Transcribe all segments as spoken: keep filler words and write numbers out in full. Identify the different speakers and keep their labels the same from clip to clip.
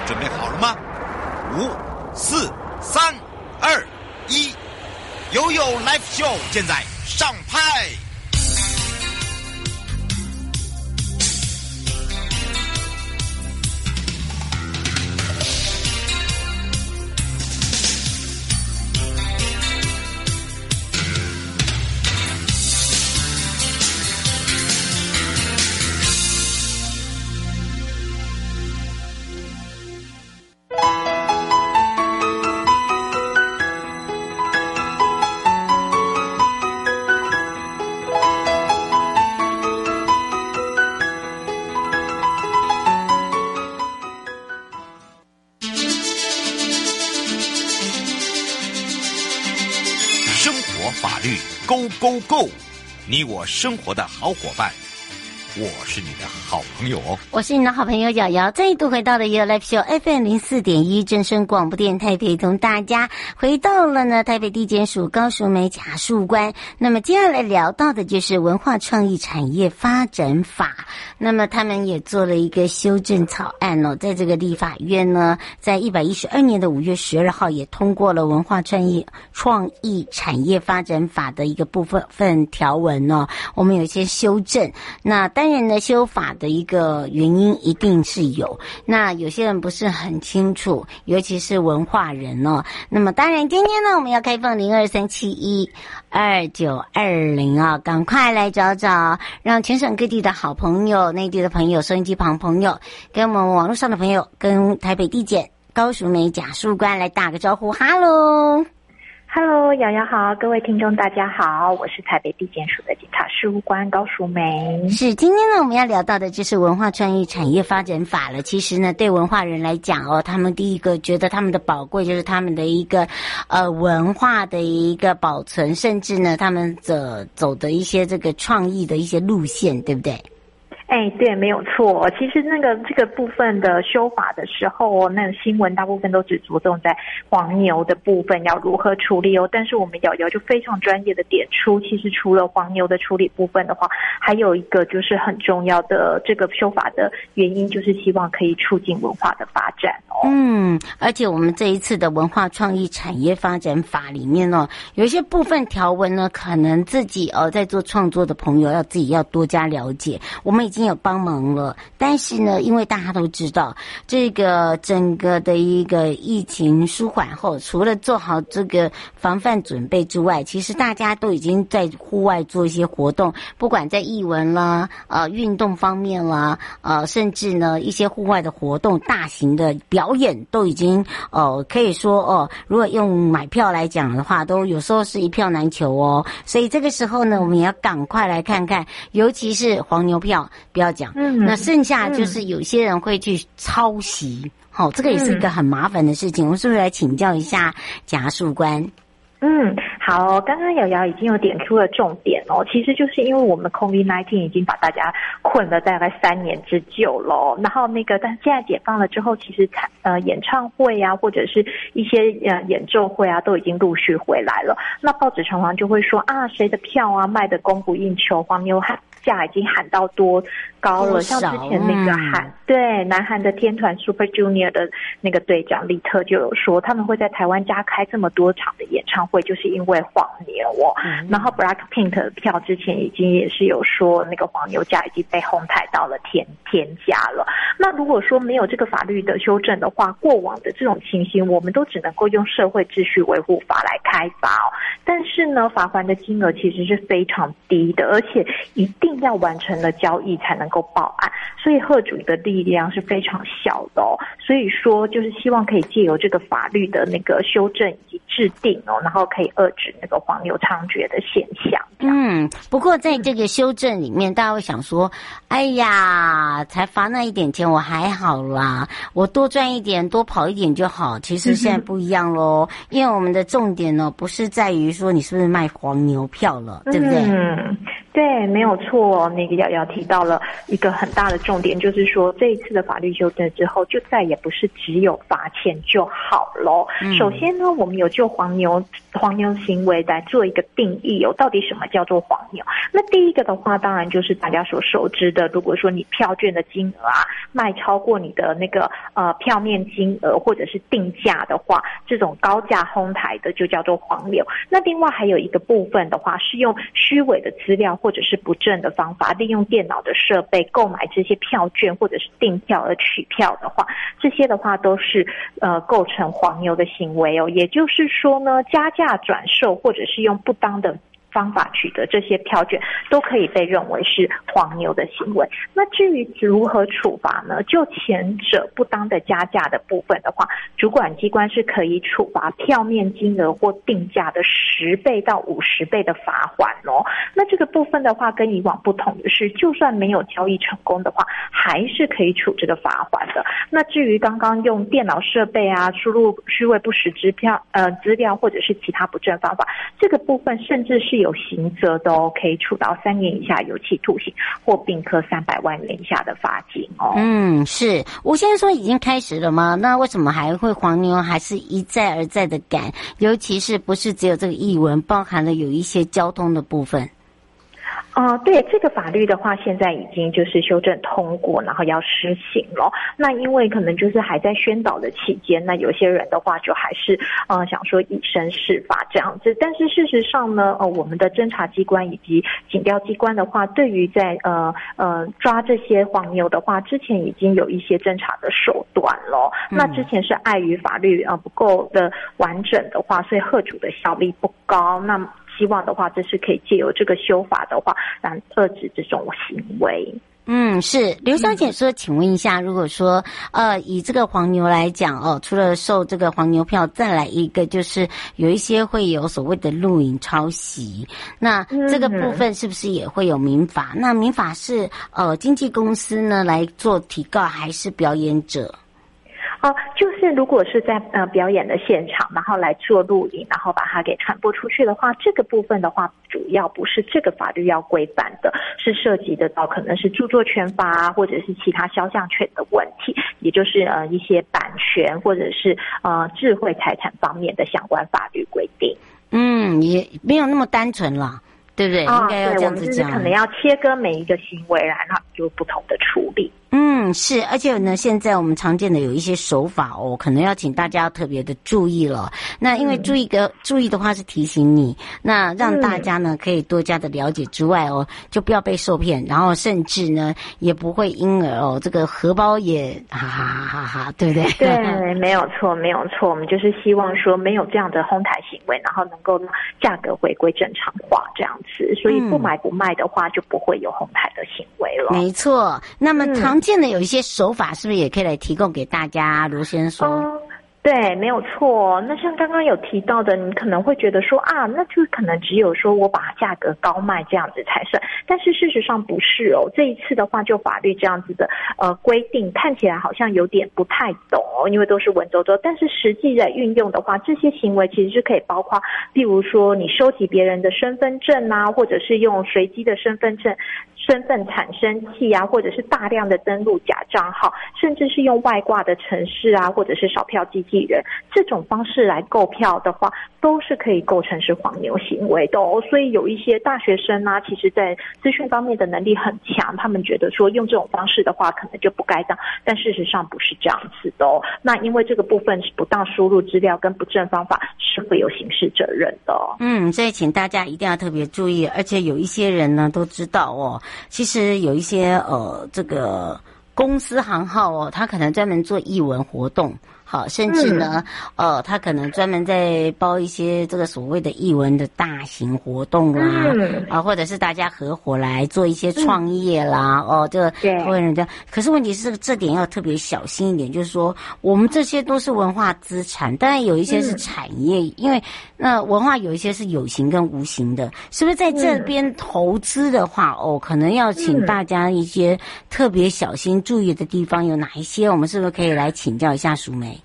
Speaker 1: 准备好了吗？五、四、三、二、一，悠悠 Live Show 现在上拍。Go Go Go！ 你我生活的好伙伴，我是你的好朋友哦。
Speaker 2: 我是你的好朋友瑶瑶，再度回到了 You Live Show F M 零四点一正声广播电台，陪同大家回到了呢台北地检署高淑梅检察官。那么接下来聊到的就是文化创意产业发展法，那么他们也做了一个修正草案哦，在这个立法院呢，在一百一十二年的五月十二号也通过了文化创意创意产业发展法的一个部分份条文哦，我们有一些修正。那当然呢，修法的一个原因一定是有，那有些人不是很清楚，尤其是文化人哦。那么当然今天呢，我们要开放零二三七一二九二零啊，赶快来找找，让全省各地的好朋友、内地的朋友、收音机旁朋友，跟我们网络上的朋友，跟台北地检高淑梅检察官来打个招呼。哈喽
Speaker 3: Hello， 瑶瑶好，各位听众大家好，我是台北地检署的检察事务官高淑梅。
Speaker 2: 是，今天呢我们要聊到的就是文化创意产业发展法了。其实呢，对文化人来讲哦，他们第一个觉得他们的宝贵就是他们的一个呃文化的一个保存，甚至呢他们走走的一些这个创意的一些路线，对不对？
Speaker 3: 哎，对，没有错。其实那个这个部分的修法的时候，那个新闻大部分都只着重在黄牛的部分要如何处理哦。但是我们瑶瑶就非常专业的点出，其实除了黄牛的处理部分的话，还有一个就是很重要的这个修法的原因，就是希望可以促进文化的发展哦。
Speaker 2: 嗯，而且我们这一次的文化创意产业发展法里面哦，有一些部分条文呢，可能自己哦在做创作的朋友要自己要多加了解。我们已经有帮忙了，但是呢，因为大家都知道这个整个的一个疫情舒缓后，除了做好这个防范准备之外，其实大家都已经在户外做一些活动，不管在艺文啦、呃运动方面啦，呃甚至呢一些户外的活动、大型的表演都已经呃可以说哦、呃，如果用买票来讲的话，都有时候是一票难求哦。所以这个时候呢，我们也要赶快来看看，尤其是黄牛票。不要讲，嗯，那剩下就是有些人会去抄袭，好、嗯哦，这个也是一个很麻烦的事情。我们是不是来请教一下检察事官？
Speaker 3: 嗯，好，刚刚瑶瑶已经有点出了重点哦，其实就是因为我们 COVID 十九 已经把大家困了大概三年之久了，然后那个但现在解放了之后，其实呃演唱会啊或者是一些呃演奏会啊都已经陆续回来了，那报纸常常就会说啊谁的票啊卖得供不应求，黄牛喊价已经喊到多高了，像之前那个韩、嗯、对南韩的天团 Super Junior 的那个队长利特就有说，他们会在台湾加开这么多场的演唱会，就是因为黄牛哦。嗯、然后 Blackpink 的票之前已经也是有说，那个黄牛价已经被哄抬到了天天价了。那如果说没有这个法律的修正的话，过往的这种情形，我们都只能够用社会秩序维护法来开罚哦。但是呢，罚锾的金额其实是非常低的，而且一定要完成了交易才能够报案，所以吓阻的力量是非常小的哦。所以说，就是希望可以借由这个法律的那个修正以及制定哦，然后可以遏制那个黄牛猖獗的现象。
Speaker 2: 嗯，不过在这个修正里面，大家会想说，哎呀，才罚那一点钱，我还好啦，我多赚一点，多跑一点就好。其实现在不一样咯，嗯、因为我们的重点呢，不是在于说你是不是卖黄牛票了，对不对？
Speaker 3: 嗯。 对，没有错。那个瑶瑶提到了一个很大的重点，就是说这一次的法律修正之后，就再也不是只有罚钱就好咯。嗯、首先呢，我们有就黄牛黄牛行为来做一个定义哦，到底什么叫做黄牛？那第一个的话，当然就是大家所熟知的，如果说你票券的金额啊卖超过你的那个呃票面金额或者是定价的话，这种高价哄抬的就叫做黄牛。那另外还有一个部分的话，是用虚伪的资料或者是不正的方法，利用电脑的设备购买这些票券或者是订票而取票的话，这些的话都是呃构成黄牛的行为哦。也就是说呢，加价转售或者是用不当的方法取得这些票券，都可以被认为是黄牛的行为。那至于如何处罚呢？就前者不当的加价的部分的话，主管机关是可以处罚票面金额或定价的十倍到五十倍的罚款哦。那这个部分的话，跟以往不同的是，就算没有交易成功的话，还是可以处这个罚款的。那至于刚刚用电脑设备啊，输入虚伪不实支票呃资料或者是其他不正方法，这个部分甚至是有刑责的哦，可以处到三年以下有期徒刑或并科三百万元以下的罚金哦。
Speaker 2: 嗯，是。我现在说已经开始了吗？那为什么还会黄牛还是一再而再的赶？尤其是不是只有这个译文，包含了有一些交通的部分。
Speaker 3: 呃，对，这个法律的话，现在已经就是修正通过，然后要施行了。那因为可能就是还在宣导的期间，那有些人的话就还是呃想说以身试法这样子。但是事实上呢，呃，我们的侦查机关以及警调机关的话，对于在呃呃抓这些黄牛的话，之前已经有一些侦查的手段了。嗯、那之前是碍于法律呃不够的完整的话，所以吓阻的效力不高。那希望的话，这是可以借由这个修法的话，来遏制这种行为。
Speaker 2: 嗯，是刘小姐说，请问一下，如果说呃以这个黄牛来讲哦，除了售这个黄牛票，再来一个就是有一些会有所谓的录影抄袭，那这个部分是不是也会有民法？嗯、那民法是呃经纪公司呢来做提告，还是表演者？
Speaker 3: 哦，就是如果是在呃表演的现场，然后来做录影，然后把它给传播出去的话，这个部分的话，主要不是这个法律要规范的，是涉及得到可能是著作权法啊，或者是其他肖像权的问题，也就是呃一些版权或者是呃智慧财产方面的相关法律规定。
Speaker 2: 嗯，也没有那么单纯啦。对不对？
Speaker 3: 啊、
Speaker 2: 应该要这样子讲。
Speaker 3: 对，我们就是可能要切割每一个行为，然后做不同的处理。
Speaker 2: 嗯，是，而且呢，现在我们常见的有一些手法哦，可能要请大家特别的注意了。那因为注意个、嗯、注意的话是提醒你，那让大家呢可以多加的了解之外哦，就不要被受骗，然后甚至呢也不会因而哦这个荷包也哈哈哈哈，对不对？
Speaker 3: 对，没有错，没有错。我们就是希望说没有这样的哄抬行为，然后能够价格回归正常化这样子，所以不买不卖的话，就不会有哄抬的行为了。
Speaker 2: 没错。那么常见的有一些手法，是不是也可以来提供给大家？罗先生说。
Speaker 3: 嗯对，没有错。那像刚刚有提到的，你可能会觉得说啊，那就可能只有说我把价格高卖这样子才算，但是事实上不是哦。这一次的话，就法律这样子的呃规定，看起来好像有点不太懂哦，因为都是文绉绉，但是实际在运用的话，这些行为其实是可以包括，例如说你收集别人的身份证啊，或者是用随机的身份证。身份产生器啊，或者是大量的登录假账号，甚至是用外挂的程式啊，或者是少票机器人这种方式来购票的话，都是可以构成是黄牛行为的哦。所以有一些大学生啊，其实在资讯方面的能力很强，他们觉得说用这种方式的话，可能就不该这样，但事实上不是这样子的哦。那因为这个部分是不当输入资料跟不正方法，是会有刑事责任的哦。
Speaker 2: 嗯，所以请大家一定要特别注意，而且有一些人呢都知道哦。其实有一些呃，这个公司行号哦，他可能专门做艺文活动。好，甚至呢，嗯、呃，他可能专门在包一些这个所谓的艺文的大型活动啦，嗯、啊，或者是大家合伙来做一些创业啦，嗯、哦，这个会人家。可是问题是，这点要特别小心一点，就是说，我们这些都是文化资产，当然有一些是产业，嗯、因为那文化有一些是有形跟无形的，是不是在这边投资的话，哦，可能要请大家一些特别小心注意的地方有哪一些？我们是不是可以来请教一下淑梅？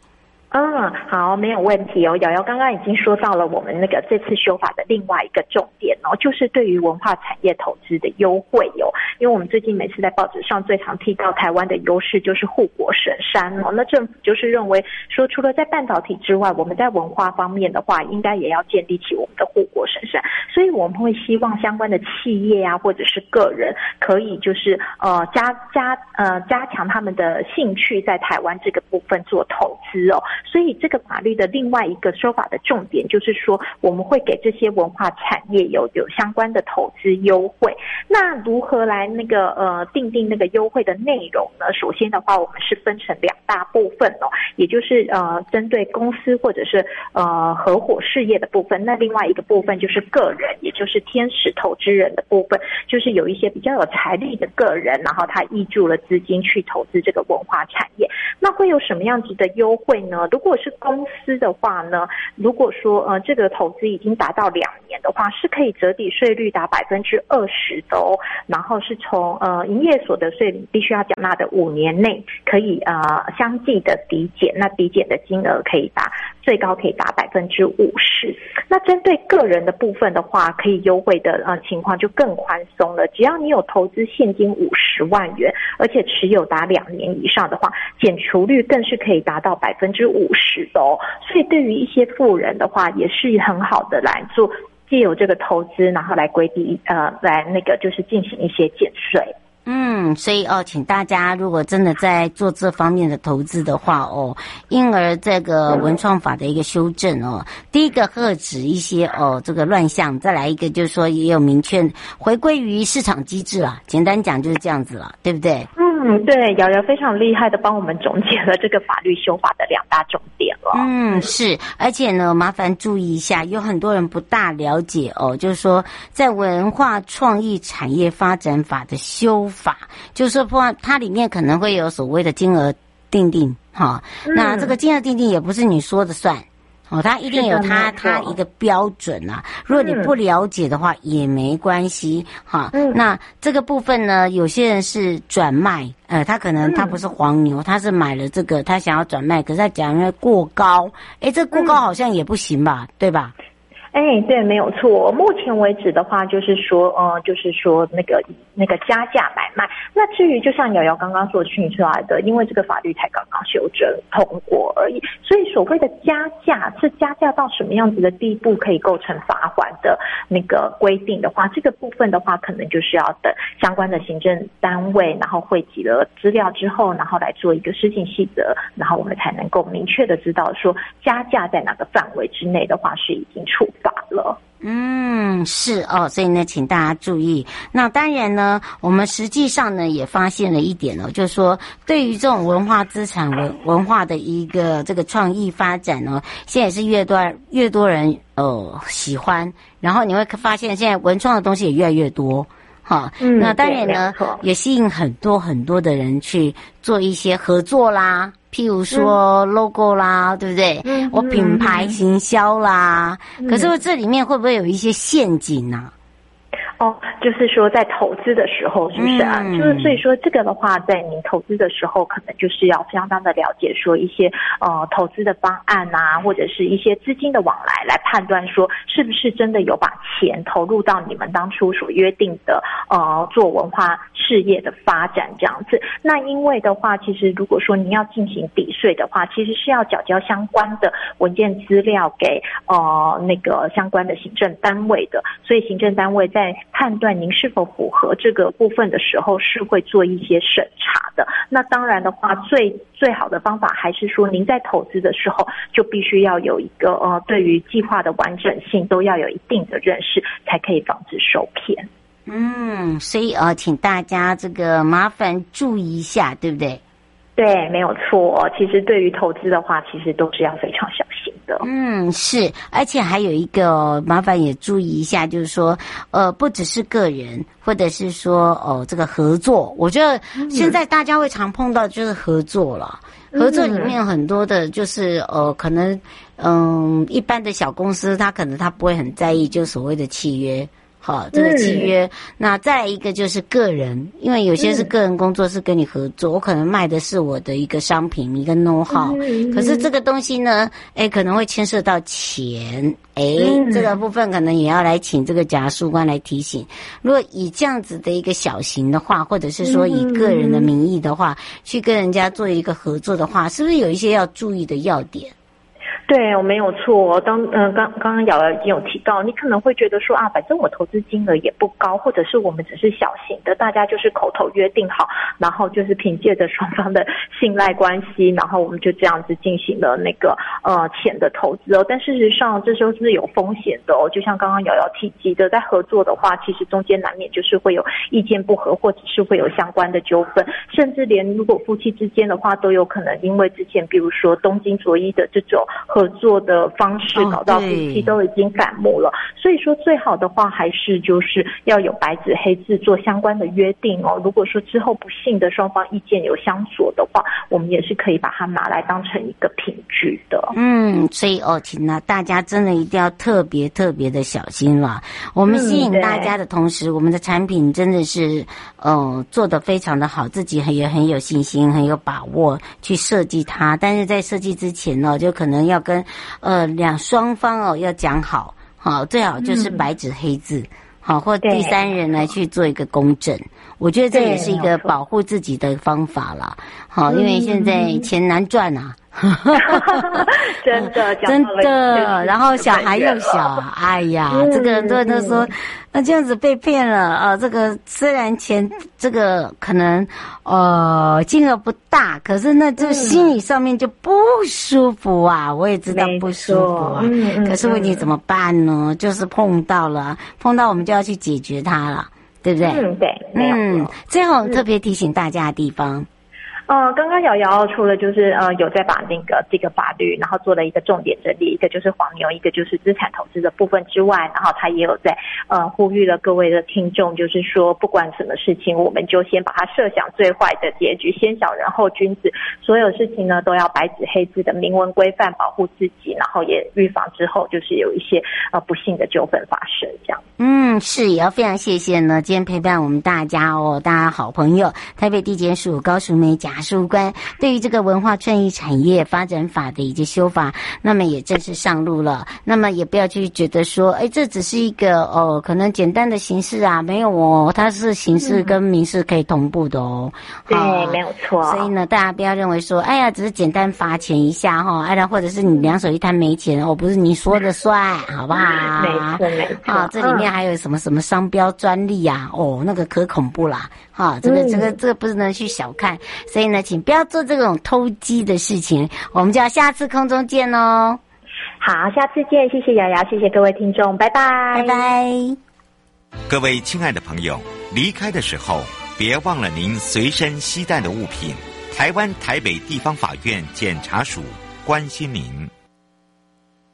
Speaker 3: 嗯，好，没有问题哦。瑶瑶刚刚已经说到了我们那个这次修法的另外一个重点哦，就是对于文化产业投资的优惠哦。因为我们最近每次在报纸上最常提到台湾的优势就是护国神山哦，那政府就是认为说，除了在半导体之外，我们在文化方面的话，应该也要建立起我们的护国神山。所以我们会希望相关的企业啊，或者是个人，可以就是呃加加呃加强他们的兴趣，在台湾这个部分做投资哦。所以这个法律的另外一个修法的重点就是说，我们会给这些文化产业有有相关的投资优惠。那如何来那个呃定定那个优惠的内容呢？首先的话，我们是分成两大部分哦，也就是呃针对公司或者是呃合伙事业的部分。那另外一个部分就是个人，也就是天使投资人的部分，就是有一些比较有财力的个人，然后他挹注了资金去投资这个文化产业。那会有什么样子的优惠呢？如果是公司的话呢，如果说呃这个投资已经达到两年的话，是可以折抵税率达百分之二十的哦。然后是从呃营业所得税必须要缴纳的五年内，可以呃相继的抵减，那抵减的金额可以达最高可以达百分之五十。那针对个人的部分的话，可以优惠的呃情况就更宽松了。只要你有投资现金五十万元，而且持有达两年以上的话，减除率更是可以达到百分之五十的哦。所以对于一些富人的话，也是很好的来做，借由这个投资，然后来规避呃来那个就是进行一些减税。
Speaker 2: 嗯，所以哦，请大家如果真的在做这方面的投资的话哦，因而这个文创法的一个修正哦，第一个遏止一些哦这个乱象，再来一个就是说也有明确回归于市场机制啦，简单讲就是这样子了，对不对？
Speaker 3: 嗯，对，瑶瑶非常厉害的帮我们总结了这个法律修法的两大重点了。
Speaker 2: 嗯，是，而且呢，麻烦注意一下，有很多人不大了解哦，就是说在文化创意产业发展法的修法，就是说它里面可能会有所谓的金额定定，哈、嗯，那这个金额定定也不是你说的算。哦，它一定有它它一个标准啊。如果你不了解的话，嗯、也没关系哈。嗯、那这个部分呢，有些人是转卖，呃，他可能他不是黄牛，他是买了这个，他想要转卖，可是他讲因为过高，诶，这过高好像也不行吧，嗯、对吧？
Speaker 3: 哎，对，没有错。目前为止的话，就是说，呃，就是说那个那个加价买卖。那至于就像瑶瑶刚刚所提出来的，因为这个法律才刚刚修正通过而已，所以所谓的加价是加价到什么样子的地步可以构成罚款的那个规定的话，这个部分的话，可能就是要等相关的行政单位，然后汇集了资料之后，然后来做一个施行细则，然后我们才能够明确的知道说加价在哪个范围之内的话是已经处罚了。
Speaker 2: 嗯，是哦，所以呢，请大家注意。那当然呢，我们实际上呢也发现了一点哦，就是说，对于这种文化资产文文化的一个这个创意发展呢，现在也是越多越多人呃喜欢，然后你会发现现在文创的东西也越来越多。好，嗯，那当然呢，也吸引很多很多的人去做一些合作啦，譬如说 logo 啦，嗯、对不对？嗯，我品牌行销啦，嗯、可是这里面会不会有一些陷阱啊？
Speaker 3: 哦，就是说在投资的时候，是不是啊？嗯、就是所以说这个的话，在您投资的时候，可能就是要相当的了解说一些呃投资的方案啊，或者是一些资金的往来，来判断说是不是真的有把钱投入到你们当初所约定的呃做文化事业的发展这样子。那因为的话，其实如果说您要进行抵税的话，其实是要缴交相关的文件资料给呃那个相关的行政单位的，所以行政单位在判断您是否符合这个部分的时候，是会做一些审查的。那当然的话，最最好的方法还是说，您在投资的时候就必须要有一个呃，对于计划的完整性都要有一定的认识，才可以防止受骗。
Speaker 2: 嗯，所以呃，请大家这个麻烦注意一下，对不对？
Speaker 3: 对，没有错。其实对于投资的话，其实都是要非常小心的。
Speaker 2: 嗯，是，而且还有一个麻烦也注意一下，就是说，呃，不只是个人，或者是说，哦，这个合作，我觉得现在大家会常碰到就是合作了。嗯、合作里面很多的就是呃，可能嗯，一般的小公司，他可能他不会很在意，就所谓的契约。 好，这个契约、嗯、那再来一个就是个人，因为有些是个人工作是跟你合作、嗯、我可能卖的是我的一个商品一个 know how、嗯、可是这个东西呢诶可能会牵涉到钱，诶、嗯、这个部分可能也要来请这个检察事务官来提醒，如果以这样子的一个小型的话，或者是说以个人的名义的话、嗯、去跟人家做一个合作的话，是不是有一些要注意的要点？
Speaker 3: 对，我没有错。当呃刚刚刚瑶瑶已经有提到，你可能会觉得说啊，反正我投资金额也不高，或者是我们只是小型的，大家就是口头约定好，然后就是凭借着双方的信赖关系，然后我们就这样子进行了那个呃钱的投资哦。但事实上，这时候是有风险的哦。就像刚刚瑶瑶提及的，在合作的话，其实中间难免就是会有意见不合，或者是会有相关的纠纷，甚至连如果夫妻之间的话，都有可能因为之前比如说东京着衣的这种合作的方式搞到夫妻都已经反目了、哦、所以说最好的话还是就是要有白纸黑字做相关的约定哦。如果说之后不幸的双方意见有相左的话，我们也是可以把它拿来当成一个凭据的。
Speaker 2: 嗯，所以哦，请呢大家真的一定要特别特别的小心了。我们吸引大家的同时、嗯、我们的产品真的是呃做得非常的好，自己也很有信心很有把握去设计它，但是在设计之前呢、哦，就可能要跟呃，两双方哦要讲好，好，最好就是白纸黑字，好、嗯，或第三人来去做一个公证。我觉得这也是一个保护自己的方法啦，好，因为现在钱难赚啊。
Speaker 3: 真的
Speaker 2: 真的，然后小孩又小，哎呀，嗯、这个很多人都说，那这样子被骗了啊、呃！这个虽然钱这个可能呃金额不大，可是那就心理上面就不舒服啊。我也知道不舒服啊，嗯、可是问题怎么办呢？就是碰到了，碰到我们就要去解决它了，对不对？
Speaker 3: 嗯，对，
Speaker 2: 嗯，最后特别提醒大家的地方。
Speaker 3: 呃，刚刚瑶瑶除了就是呃有在把那个这个法律，然后做了一个重点整理，一个就是黄牛，一个就是资产投资的部分之外，然后他也有在呃呼吁了各位的听众，就是说不管什么事情，我们就先把它设想最坏的结局，先小人后君子，所有事情呢都要白纸黑字的明文规范保护自己，然后也预防之后就是有一些呃不幸的纠纷发生这样。
Speaker 2: 嗯，是，也要非常谢谢呢，今天陪伴我们大家哦，大家好朋友台北地检署高淑梅检察事务官对于这个文化创意产业发展法的一些修法，那么也正式上路了。那么也不要去觉得说，哎，这只是一个哦，可能简单的形式啊，没有哦，它是刑事跟民事可以同步的哦。
Speaker 3: 对、嗯，没有错。
Speaker 2: 所以呢，大家不要认为说，哎呀，只是简单罚钱一下哈，哎呀，或者是你两手一摊没钱哦，不是你说的算，好不好？
Speaker 3: 没错，没错。
Speaker 2: 啊，这里面还有什么什么商标专利啊，哦，那个可恐怖啦。哈，这个这个这个不是能去小看，所以呢，请不要做这种偷鸡的事情。我们就要下次空中见哦。
Speaker 3: 好，下次见，谢谢瑶瑶，谢谢各位听众，拜拜，
Speaker 2: 拜拜。
Speaker 1: 各位亲爱的朋友，离开的时候别忘了您随身携带的物品。台湾台北地方法院检察署关心您。